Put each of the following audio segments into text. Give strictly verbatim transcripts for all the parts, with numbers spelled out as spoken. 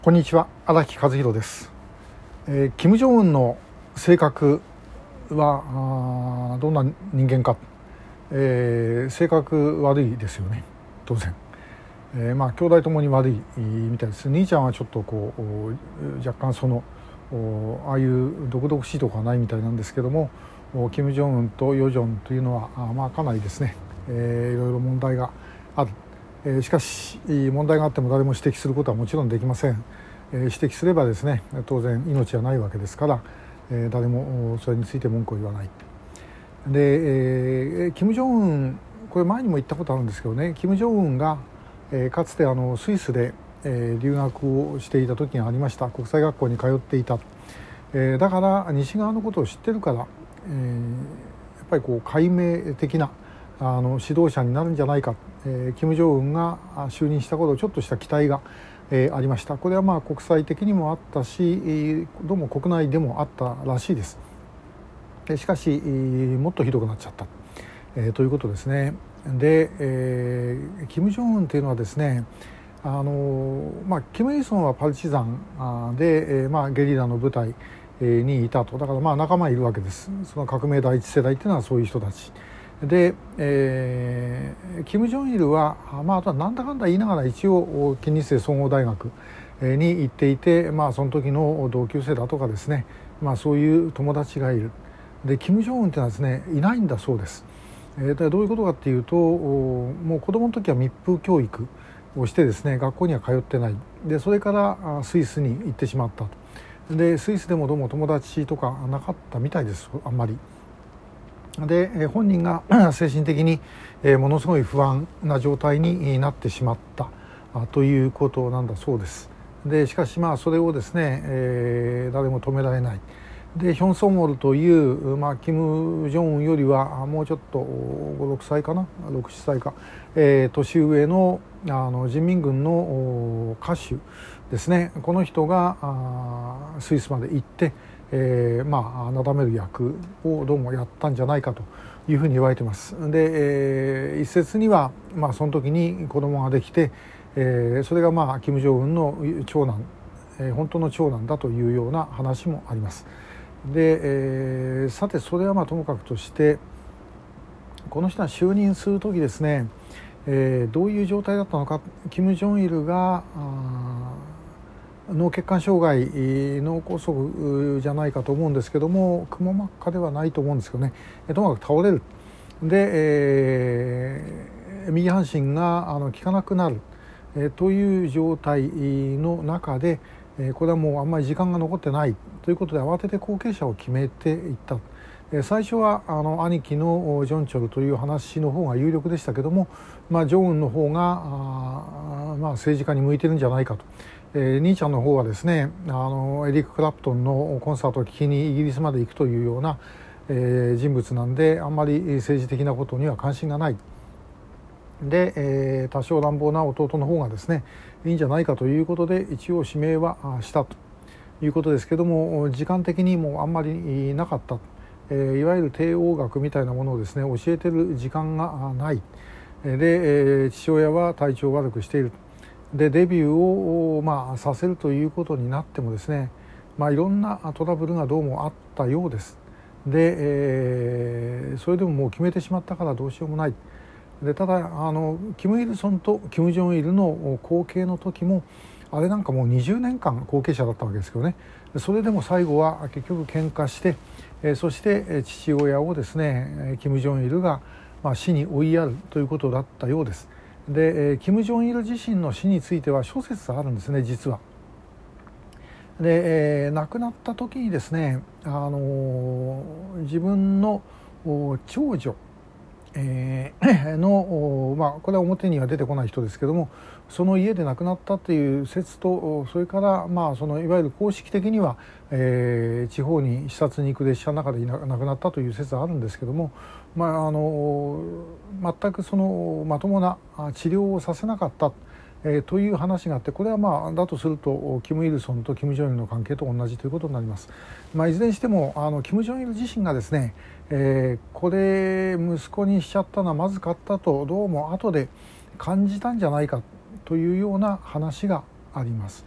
こんにちは、荒木和弘です。えー、金正恩の性格はどんな人間か、えー、性格悪いですよね、当然。えー、まあ兄弟ともに悪いみたいです。兄ちゃんはちょっとこう若干そのああいう毒々しいところはないみたいなんですけども、金正恩と与正というのはあまあかなりですね、えー、いろいろ問題がある。えー、しかし問題があっても誰も指摘することはもちろんできません。えー、指摘すればですね、当然命はないわけですから、えー、誰もそれについて文句を言わない。で、えー、金正恩、これ前にも言ったことあるんですけどね、金正恩が、えー、かつてあのスイスで、えー、留学をしていた時がありました。国際学校に通っていた。えー、だから西側のことを知ってるから、えー、やっぱりこう解明的なあの指導者になるんじゃないか、えー、金正恩が就任したことをちょっとした期待が、えー、ありました。これはまあ国際的にもあったし、どうも国内でもあったらしいです。しかしもっとひどくなっちゃった、えー、ということですね。で、えー、金正恩というのはですね、あのまあ、キム・イルソンはパルチザンで、えーまあ、ゲリラの部隊にいたと。だからまあ仲間いるわけです。その革命第一世代っていうのはそういう人たちで、えー、キム・ジョンイルは、まあ、あとはなんだかんだ言いながら一応近日清総合大学に行っていて、まあ、その時の同級生だとかですね、まあ、そういう友達がいる。でキム・ジョンウンっていうのはですね、いないんだそうです。えー、どういうことかっていうと、もう子供の時は密封教育をしてですね、学校には通ってない。でそれからスイスに行ってしまったと。でスイスでもどうも友達とかなかったみたいです、あんまり。で本人が精神的にものすごい不安な状態になってしまったということなんだそうです。でしかしまあそれをですね、えー、誰も止められない。でヒョン・ソンウォルという、まあ、キム・ジョンウンよりはもうちょっとご、ろくさいかな、ろく、ななさいか、えー、年上の、あの人民軍の歌手ですね。この人がスイスまで行って、えー、まあなだめる役をどうもやったんじゃないかというふうに言われています。で、えー、一説には、まあ、その時に子供ができて、えー、それがまあ金正恩の長男、えー、本当の長男だというような話もあります。で、えー、さてそれはまあともかくとして、この人が就任する時ですね、えー、どういう状態だったのか。金正日が脳血管障害、脳梗塞じゃないかと思うんですけども、くも膜下ではないと思うんですけどね、ともかく倒れる。で、えー、右半身があの効かなくなる、えー、という状態の中で、えー、これはもうあんまり時間が残ってないということで、慌てて後継者を決めていった。最初はあの兄貴のジョンチョルという話の方が有力でしたけども、まあ、ジョンウンの方があ、まあ、政治家に向いてるんじゃないかと。えー、兄ちゃんの方はですね、あのエリック・クラプトンのコンサートを聴きにイギリスまで行くというような、えー、人物なんで、あんまり政治的なことには関心がない。で、えー、多少乱暴な弟の方がですね、いいんじゃないかということで一応指名はしたということですけども、時間的にもあんまりなかった。えー、いわゆる帝王学みたいなものをですね教えてる時間がない。で、えー、父親は体調を悪くしている。でデビューを、まあ、させるということになってもですね、まあ、いろんなトラブルがどうもあったようです。で、えー、それでももう決めてしまったからどうしようもない。でただあのキム・イルソンとキム・ジョンイルの後継の時もあれなんかもうにじゅうねんかん後継者だったわけですけどね。それでも最後は結局喧嘩して、えー、そして父親をですねキム・ジョンイルが、まあ、死に追いやるということだったようです。でキム・ジョンイル自身の死については諸説あるんですね、実は。で、えー、亡くなった時にですね、あのー、自分の長女、えー、の、まあ、これは表には出てこない人ですけども、その家で亡くなったという説と、それから、まあ、そのいわゆる公式的には、えー、地方に視察に行く列車の中で亡くなったという説はあるんですけども、まあ、あの全くそのまともな治療をさせなかった、えー、という話があって、これはまあだとするとキム・イルソンとキム・ジョンイルの関係と同じということになります。まあ、いずれにしてもあのキム・ジョンイル自身がですね、えー、これ息子にしちゃったのはまずかったとどうも後で感じたんじゃないかというような話があります。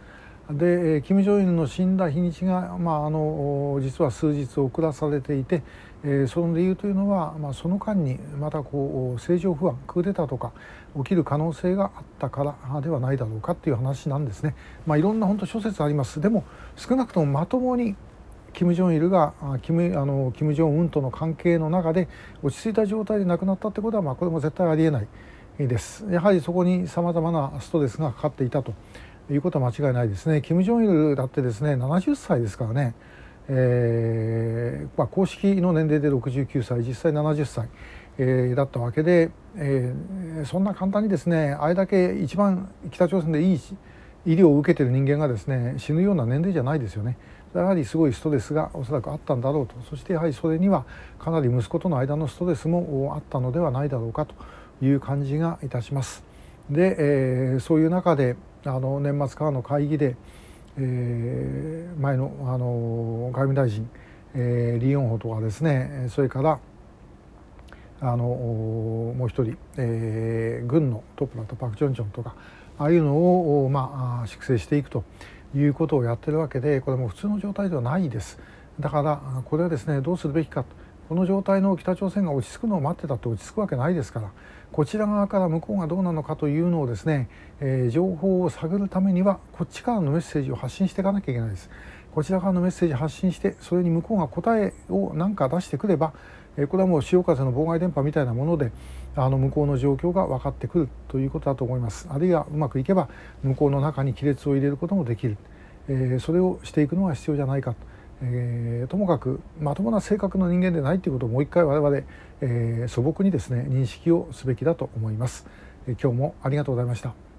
で金正恩の死んだ日にちが、まあ、あの実は数日遅らされていて、えー、その理由というのは、まあ、その間にまたこう政情不安クーデターとか起きる可能性があったからではないだろうかという話なんですね。まあ、いろんな本当諸説あります。でも少なくともまともに金正日が金あの金正恩との関係の中で落ち着いた状態で亡くなったということは、まあ、これも絶対ありえないです。やはりそこにさまざまなストレスがかかっていたということは間違いないですね。金正日だってですねななじゅっさいですからね、えーまあ、公式の年齢でろくじゅうきゅうさい、実際ななじゅっさい、えー、だったわけで、えー、そんな簡単にですねあれだけ一番北朝鮮でいい医療を受けている人間がですね死ぬような年齢じゃないですよね。やはりすごいストレスがおそらくあったんだろうと。そしてやはりそれにはかなり息子との間のストレスもあったのではないだろうかという感じがいたします。で、えー、そういう中であの年末からの会議で、えー、前の、あの外務大臣、えー、リ・ヨンホとかですね、それからあのもう一人、えー、軍のトップだったパク・チョンチョンとかああいうのを、まあ、粛清していくということをやってるわけで、これも普通の状態ではないです。だからこれはですねどうするべきか、この状態の北朝鮮が落ち着くのを待ってたって落ち着くわけないですから、こちら側から向こうがどうなのかというのをですね、えー、情報を探るためにはこっちからのメッセージを発信していかなきゃいけないです。こちらからのメッセージを発信して、それに向こうが答えを何か出してくれば、えー、これはもう潮風の妨害電波みたいなものであの向こうの状況が分かってくるということだと思います。あるいはうまくいけば向こうの中に亀裂を入れることもできる、えー、それをしていくのが必要じゃないかと。えー、ともかくまともな性格の人間でないということをもう一回我々、えー、素朴にですね認識をすべきだと思います。えー、今日もありがとうございました。